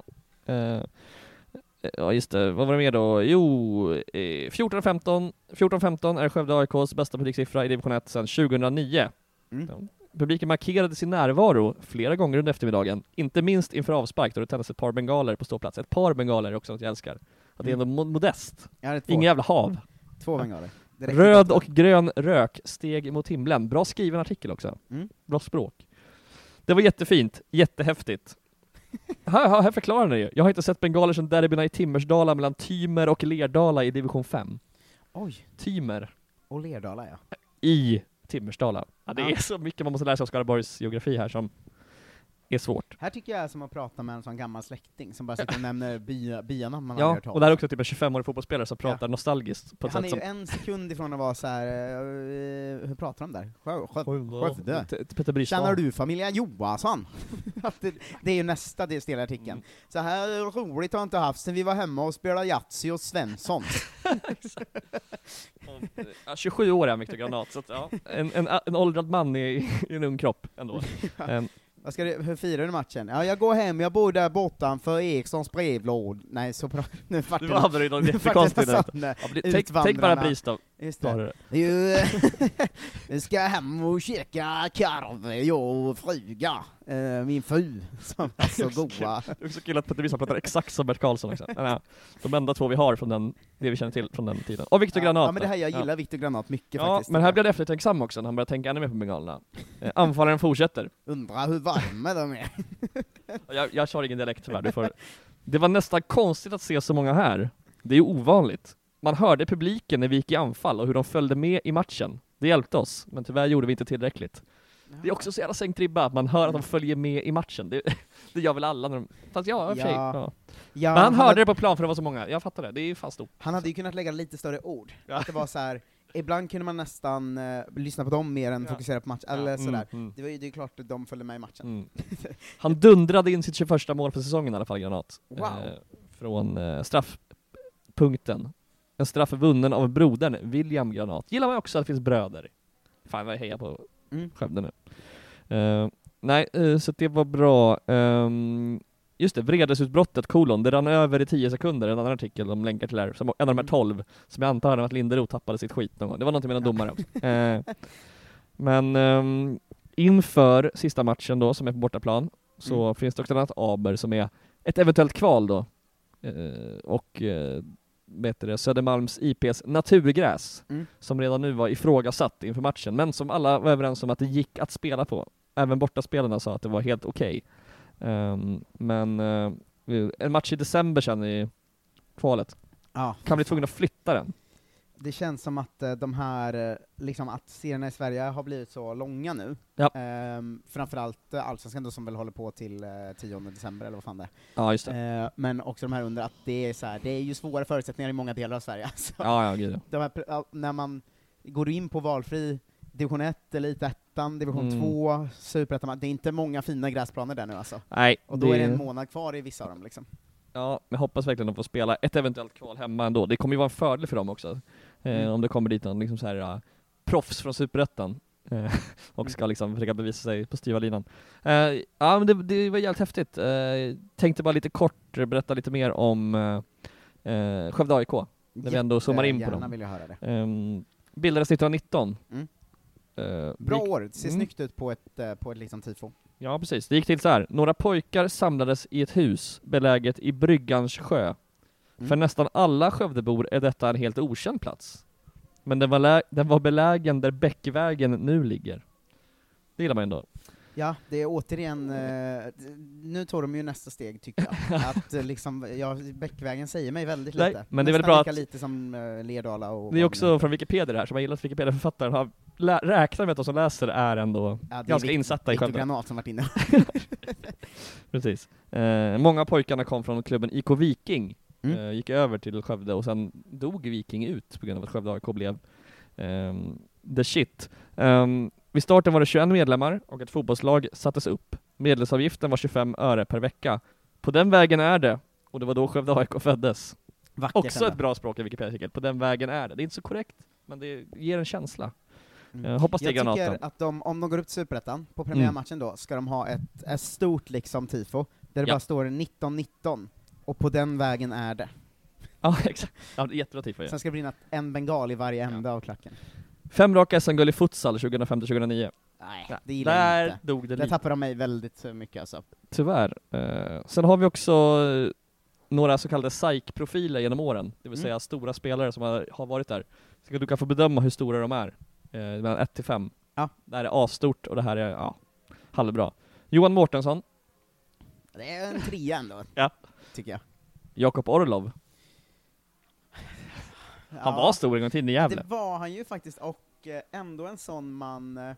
Ja just det, vad var det mer då? Jo, 14-15 är Skövde AIKs bästa publiksiffra i division 1 sedan 2009. Publiken markerade sin närvaro flera gånger under eftermiddagen, inte minst inför avspark då det tändes ett par bengaler på ståplats. Ett par bengaler är också något jag älskar. Att det är ändå modest. Ja, ingen jävla hav. 2 bengaler. Röd och grön rök steg mot himlen. Bra skriven artikel också. Bra språk. Det var jättefint, jättehäftigt. Här förklarar ni ju. Jag har inte sett bengaler sedan derbyna i Timmersdala mellan Tymer och Lerdala i division 5. Oj. Tymer. Och Lerdala, ja. I Timmersdala. Ja, det är så mycket man måste lära sig av Skaraborgs geografi här som är svårt. Här tycker jag är som att prata med en sån gammal släkting som bara sitter och nämner byarna man har hört talat. Och där är också typ en 25-årig fotbollsspelare som pratar nostalgiskt på ett han sätt är ju en sekund ifrån att vara så här. Hur pratar de där? Skövde. Känner du familjen Johansson? Det är ju nästa del i artikeln. Så här roligt har jag inte haft sen vi var hemma och spelade Yatzy och Svensson. 27 år är Viktor Granat, så att, en åldrad man i en ung kropp ändå. Hur firar du matchen? Ja, jag går hem, jag bor där borta för Erikssons brevlåd. Nej, så bra. Du var ju någon jättekonstig tänk bara Bristad. Just det. Vi ska hem och käka karv, jag och fruga. Min fru som är så goda. Det är också kul att Petter pratar exakt som Bert Karlsson också. De enda 2 vi har från det vi känner till från den tiden. Och Viktor Granat. Ja, men det här jag gillar Viktor Granat mycket faktiskt. Men här blir det eftertänksam också när han börjar tänka ännu mer på bengalerna. Anfallaren fortsätter. Undrar hur varma de är. Jag kör ingen dialekt tyvärr. Det var nästan konstigt att se så många här. Det är ju ovanligt. Man hörde publiken när vi gick i anfall och hur de följde med i matchen. Det hjälpte oss, men tyvärr gjorde vi inte tillräckligt. Ja. Det är också så jävla sänkt ribba att man hör att de följer med i matchen. Det gör väl alla när de... Fast Ja, men han hörde det på plan för det var så många. Jag fattar det, det är ju fan stort. Han hade ju kunnat lägga lite större ord. Ja. Att det var så här. Ibland kunde man nästan lyssna på dem mer än fokusera på matchen. Eller sådär. Det är klart att de följde med i matchen. Han dundrade in sitt 21:a mål för säsongen i alla fall, Granat. Wow. Från straffpunkten. En straff vunnen av brodern William Granat. Gillar man också att det finns bröder. Fan vad jag hejar på Skövde nu. Så det var bra. Just det, vredesutbrottet, det rann över i 10 sekunder. En annan artikel de länkar till här, som en av de här 12, som jag antar att Linderoth tappade sitt skit någon gång. Det var någonting med en domare också. Men inför sista matchen då, som är på bortaplan, så finns det också ett annat aber som är ett eventuellt kval då. Södermalms IPs naturgräs, som redan nu var ifrågasatt inför matchen, men som alla var överens om att det gick att spela på. Även bortaspelarna sa att det var helt okej. Men en match i december sen i kvalet kan bli tvungen att flytta den. Det känns som att de här, liksom att serierna i Sverige har blivit så långa nu. Ja. Framförallt Allsvenskan då, som väl håller på till 10 december eller vad fan det är. Ja, just det. Men också de här under att det är så här, det är ju svåra förutsättningar i många delar av Sverige. Så gud. När man går in på valfri division 1 eller Elitettan, division 2, Superettan, det är inte många fina gräsplaner där nu alltså. Nej. Och då är det en månad kvar i vissa av dem liksom. Ja, men hoppas verkligen att de får spela ett eventuellt kval hemma ändå. Det kommer ju vara en fördel för dem också. Om det kommer dit någon liksom så här proffs från Superettan och ska liksom försöka bevisa sig på styva linan. Men det var jävligt häftigt. Tänkte bara lite kort berätta lite mer om Skövde AIK. När vi ändå zoomar in på dem. Vill jag höra det. Bildades 1919. Bra år, det ser snyggt ut på ett liksom tifo. Ja, precis. Det gick till så här. Några pojkar samlades i ett hus beläget i Bryggans sjö. För nästan alla Skövdebor är detta en helt okänd plats. Men den var belägen där Bäckvägen nu ligger. Det gillar man ändå. Ja, det är återigen, nu tar de ju nästa steg tycker jag. Att liksom, Bäckvägen säger mig väldigt Nej, lite. men det är väl bra lika att lite som Lerdala och... Det är också från Wikipedia det här, som jag gillar att Wikipedia-författaren har räknat med att de som läser är ändå ganska insatta i Skövde. Granat som varit inne. Precis. Många av pojkarna kom från klubben IK Viking. Gick över till Skövde och sen dog Viking ut på grund av att Skövde AIK blev the shit. Vid starten var det 21 medlemmar och ett fotbollslag sattes upp. Medlemsavgiften var 25 öre per vecka. På den vägen är det, och det var då Skövde AIK föddes. Vackert också ändå. Ett bra språk i Wikipedia-artikel. På den vägen är det. Det är inte så korrekt, men det ger en känsla. Hoppas det är granaten. Jag tycker att om de går upp till Superettan, på premiärmatchen då, ska de ha ett stort liksom tifo, där det bara står 19-19, och på den vägen är det. Ja, exakt. Ja, det är jättebra tifo. Ja. Sen ska det brinna en bengal i varje ända av klacken. 5 raka SM-guld i futsal 2005-2009. Nej, det gillar jag inte. Dog det där tappar de mig väldigt mycket alltså. Tyvärr. Sen har vi också några så kallade psych-profiler genom åren. Det vill säga stora spelare som har varit där. Så du kan få bedöma hur stora de är. Mellan 1-5. Ja. Det här är A-stort och det här är halvbra. Johan Mårtensson. Det är en 3 ändå, tycker jag. Jakob Orlov. Han var stor en gång till i Gävle. Det var han ju faktiskt, och ändå en sån man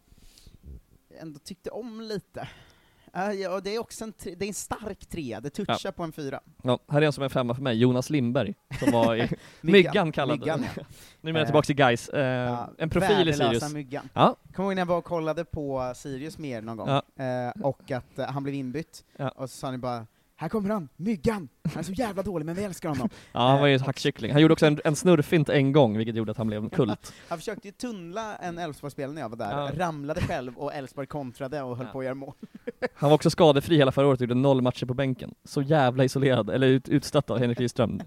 ändå tyckte om lite. Ja, det är också det är en stark 3, det touchar på en 4. Ja, här är en som är 5 för mig, Jonas Lindberg, som var i Myggan kallad. Nu är jag tillbaka till Gais. En profil i Sirius. Myggan. Ja. Kommer ihåg när jag var och kollade på Sirius mer någon gång, och att han blev inbytt, och så sa ni bara, här kommer han, Myggan! Han är så jävla dålig, men vi älskar honom. Ja, han var ju hackkyckling. Han gjorde också en snurrfint en gång, vilket gjorde att han blev en kult. Han försökte ju tunnla en Elfsborg-spelare när jag var där, ramlade själv, och Elfsborg kontrade och höll på att göra mål. Han var också skadefri hela förra året, gjorde 0 matcher på bänken. Så jävla isolerad, eller utstött av Henrik Rydström.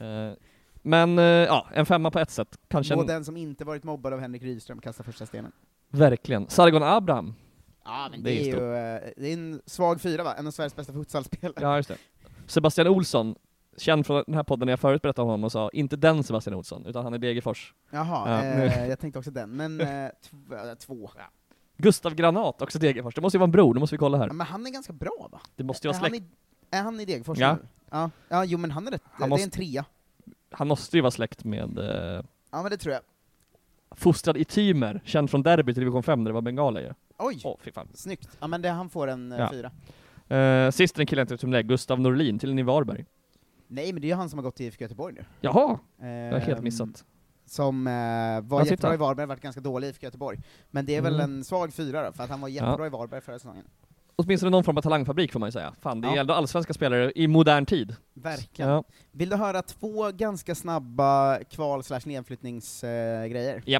Men en 5 på ett sätt. Kanske och den som inte varit mobbad av Henrik Rydström kastar första stenen. Verkligen. Sargon Abraham. Ja, men det är ju det är en svag 4, va? En av Sveriges bästa futsalspelare. Ja, just det. Sebastian Olsson, känd från den här podden när jag förut berättade om honom och sa, inte den Sebastian Olsson, utan han är Degerfors. Jaha, jag tänkte också den, men 2. Ja. Gustav Granat, också Degerfors. Det måste ju vara en bror, det måste vi kolla här. Ja, men han är ganska bra, va? Det måste ju vara släkt. Är han i Degerfors? Ja. Nu? Ja, jo, men han är rätt. Det är en 3. Han måste ju vara släkt med... Ja, men det tror jag. Fostrad i Tymer, känd från derby till division 5 där det var bengaler ju. Oj, fy fan. Snyggt. Ja, men han får en 4. Sist en kille till Gustav Norlin till Varberg. Nej, men det är ju han som har gått till IFK Göteborg nu. Jaha, jag har helt missat. Som var jättebra i Varberg, varit ganska dålig i IFK Göteborg. Men det är väl en svag 4 då, för att han var jättebra i Varberg förra säsongen. Åtminstone någon form av talangfabrik får man ju säga. Fan, det är ändå allsvenska spelare i modern tid. Verkligen. Ja. Vill du höra 2 ganska snabba kval/nedflyttningsgrejer? Ja.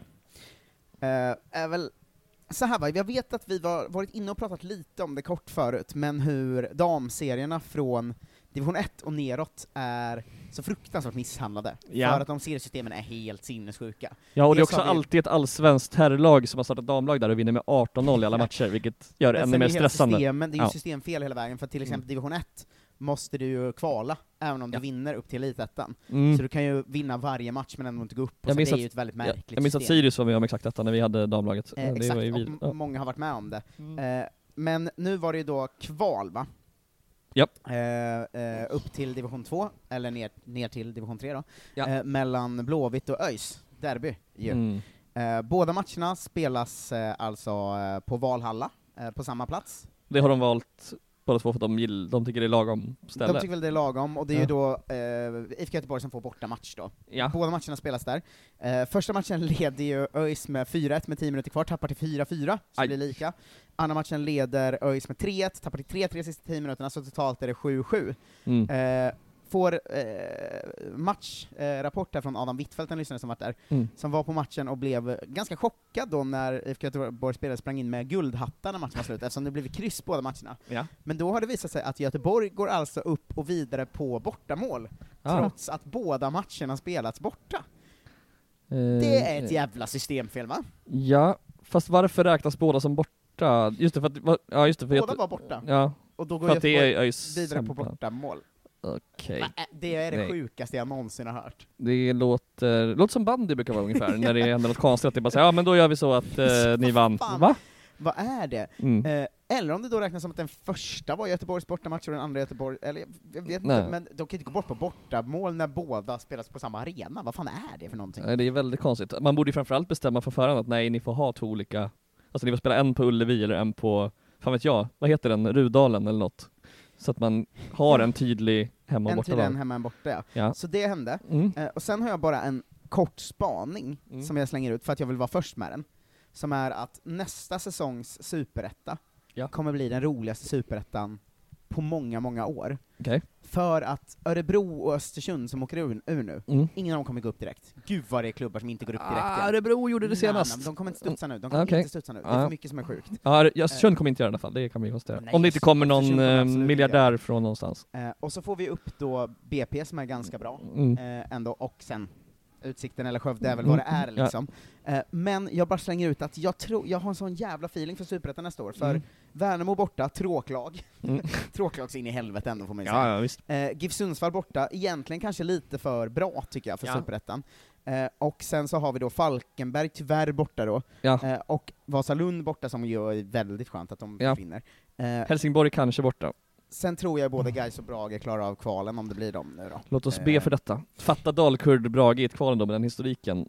Är väl så här, va? Jag vet att vi varit inne och pratat lite om det kort förut, men hur damserierna från division 1 och neråt är så fruktansvärt misshandlade. För att de seriesystemen är helt sinnessjuka. Ja, och det är också alltid ett allsvenskt herrlag som har startat damlag där och vinner med 18-0 i alla matcher, vilket gör det ännu mer stressande. Det är ju systemfel hela vägen, för till exempel division 1 måste du ju kvala, även om du vinner upp till elitettan. Så du kan ju vinna varje match men ändå inte gå upp, och det är ju ett väldigt märkligt system. Jag minns att Sirius var med om exakt detta när vi hade damlaget. Exakt, och många har varit med om det. Men nu var det ju då kval, va? Japp. Upp till division 2, eller ner till division 3 då, mellan Blåvitt och ÖIS, derby. Båda matcherna spelas alltså på Valhalla, på samma plats. Det har de valt båda två för att de tycker det är lagom ställe. De tycker väl det är lagom, och det är ju då IFK Göteborg som får borta match då. Ja. Båda matcherna spelas där. Första matchen leder ju ÖIS med 4-1 med 10 minuter kvar, tappar till 4-4, så det blir lika. Andra matchen leder ÖIS med 3-1, tappar till 3-3 sista 10 minuterna, så totalt är det 7-7. Får matchrapport där från Adam Wittfeldt, en lyssnare som varit där, som var på matchen och blev ganska chockad då när IFK Göteborg spelare sprang in med guldhattar när matchen var slut, eftersom det blev kryss båda matcherna. Ja. Men då har det visat sig att Göteborg går alltså upp och vidare på bortamål, trots att båda matcherna spelats borta. Det är ett jävla systemfel, va? Ja, fast varför räknas båda som borta borta. Just det, för att båda var borta. Ja. Och då går för att det är vidare på bortamål. Okej. Det är det sjukaste jag någonsin har hört. Det låter som bandy brukar vara ungefär. När det händer något konstigt, att det bara säger, ja men då gör vi så att ni vann. Va? Vad är det? Eller om det då räknas som att den första var Göteborgs bortamatch och den andra Göteborg, eller jag vet inte, men de kan inte gå bort på bortamål när båda spelas på samma arena. Vad fan är det för någonting? Det är väldigt konstigt. Man borde ju framförallt bestämma för förhand att nej, ni får ha 2 olika, alltså ni får spela en på Ullevi eller en på, fan vet jag, vad heter den, Rudalen eller något. Så att man har en tydlig hemma och borta. En tydlig hemma och borta, ja. Så det hände. Och sen har jag bara en kort spaning som jag slänger ut för att jag vill vara först med den. Som är att nästa säsongs superetta kommer bli den roligaste superettan på många, många år. Okay. För att Örebro och Östersund som åker ur nu, ingen av dem kommer gå upp direkt. Gud vad det är klubbar som inte går upp direkt igen. Örebro gjorde det senast. Nej, de kommer inte studsa nu. Inte studsa nu. Det är för mycket som är sjukt. Ja, Östersund kommer inte göra det i alla fall, det kan vi konstatera. Om det inte kommer någon miljardär från någonstans. Och så får vi upp då BP som är ganska bra ändå, och sen Utsikten eller Skövde är väl vad det är liksom. Men jag bara slänger ut att jag har en sån jävla feeling för Superettan nästa år, för Värnamo borta, tråklag. Tråklag så in i helvete ändå får man säga. Ja, visst. GIF Sundsvall borta, egentligen kanske lite för bra tycker jag för Superettan. Och sen så har vi då Falkenberg tyvärr borta då. Och Vasalund borta som ju är väldigt skönt att de vinner. Helsingborg kanske borta. Sen tror jag både Gais och Brage klarar av kvalen om det blir dem nu då. Låt oss be för detta. Fatta Dalkurd Brage i ett kvalen då med den historiken.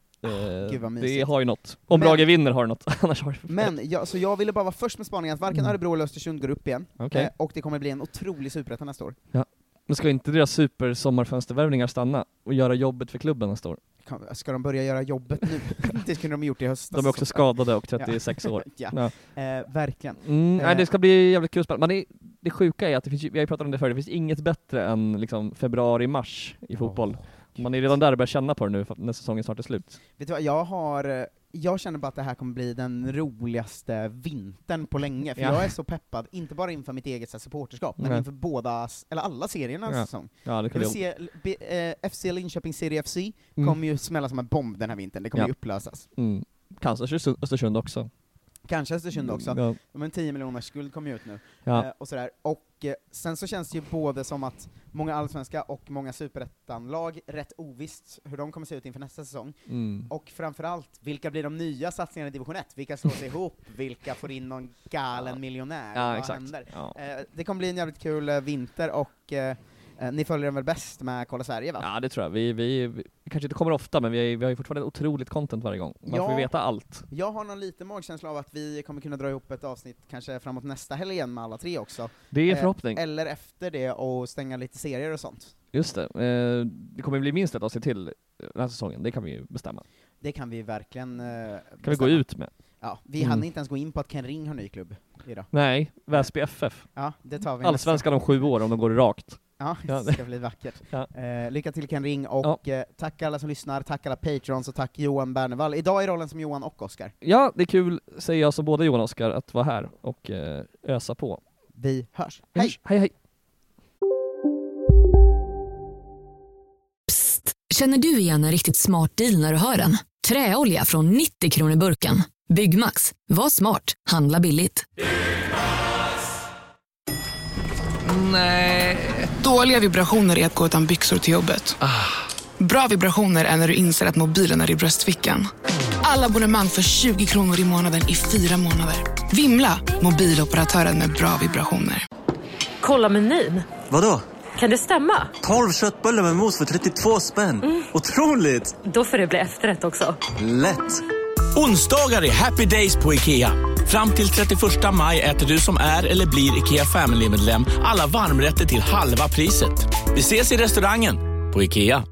Det har ju något. Om Brage vinner har det något. Annars har det men så jag ville bara vara först med spaningen att varken Örebro eller Östersund går upp igen. Och det kommer bli en otrolig superetta nästa år. Ja. Men ska inte deras supersommarfönstervärvningar stanna och göra jobbet för klubben nästa år? Ska de börja göra jobbet nu? Det kunde de gjort i höstas. De är också skadade och 36 år. Verkligen. Nej, det ska bli jävligt kul. Men det sjuka är att det finns, vi har ju pratat om det förr, det finns inget bättre än liksom februari-mars i fotboll. Man är redan där och börjar känna på det nu när säsongen snart är slut. Vet du vad, jag känner bara att det här kommer bli den roligaste vintern på länge, för jag är så peppad, inte bara inför mitt eget supporterskap, men inför alla seriernas säsong. Ja, det kan jag vill se FC Linköping Serie FC kommer ju smälla som en bomb den här vintern, det kommer ju upplösas. Kanske Östersund också. Kanske Östersund också. De har en 10 miljoners skuld kommer ut nu. Och sådär. Och sen så känns det ju både som att många allsvenska och många superettanlag rätt ovisst hur de kommer se ut inför nästa säsong. Och framförallt, vilka blir de nya satsningarna i division 1? Vilka slår sig ihop? Vilka får in någon galen miljonär? Vad händer? Det kommer bli en jävligt kul vinter och ni följer den väl bäst med Kolla Sverige, va? Ja, det tror jag. Vi kanske inte kommer ofta, men vi har ju fortfarande otroligt content varje gång. Man får veta allt. Jag har någon liten magkänsla av att vi kommer kunna dra ihop ett avsnitt kanske framåt nästa helg igen med alla tre också. Det är förhoppning. Eller efter det och stänga lite serier och sånt. Just det. Det kommer bli minst ett avsnitt till den här säsongen. Det kan vi ju bestämma. Det kan vi verkligen kan vi gå ut med. Ja, vi hann inte ens gå in på att Ken Ring har ny klubb idag. Nej, Väsby FF. Ja, det tar vi. Allsvenskan om 7 år om de går rakt. Ja, det ska bli vackert. Lycka till Ken Ring och tack alla som lyssnar, tack alla patrons och tack Johan Bernevall. Idag är rollen som Johan och Oskar. Ja, det är kul, säger jag som både Johan och Oskar, att vara här och ösa på. Vi hörs. Hej! Hej, hej! Psst! Känner du igen en riktigt smart deal när du hör den? Träolja från 90 kronor burken. Byggmax. Var smart. Handla billigt. Nej. Dåliga vibrationer är att gå utan byxor till jobbet. Bra vibrationer är när du inser att mobilen är i bröstfickan. Alla abonnemang för 20 kronor i månaden i 4 månader. Vimla! Mobiloperatören med bra vibrationer. Kolla menyn. Vadå? Kan det stämma? 12 köttbullar med mos för 32 spänn. Otroligt! Då får det bli efterrätt också. Lätt! Onsdagar är happy days på IKEA. Fram till 31 maj äter du som är eller blir IKEA Family-medlem alla varmrätter till halva priset. Vi ses i restaurangen på IKEA.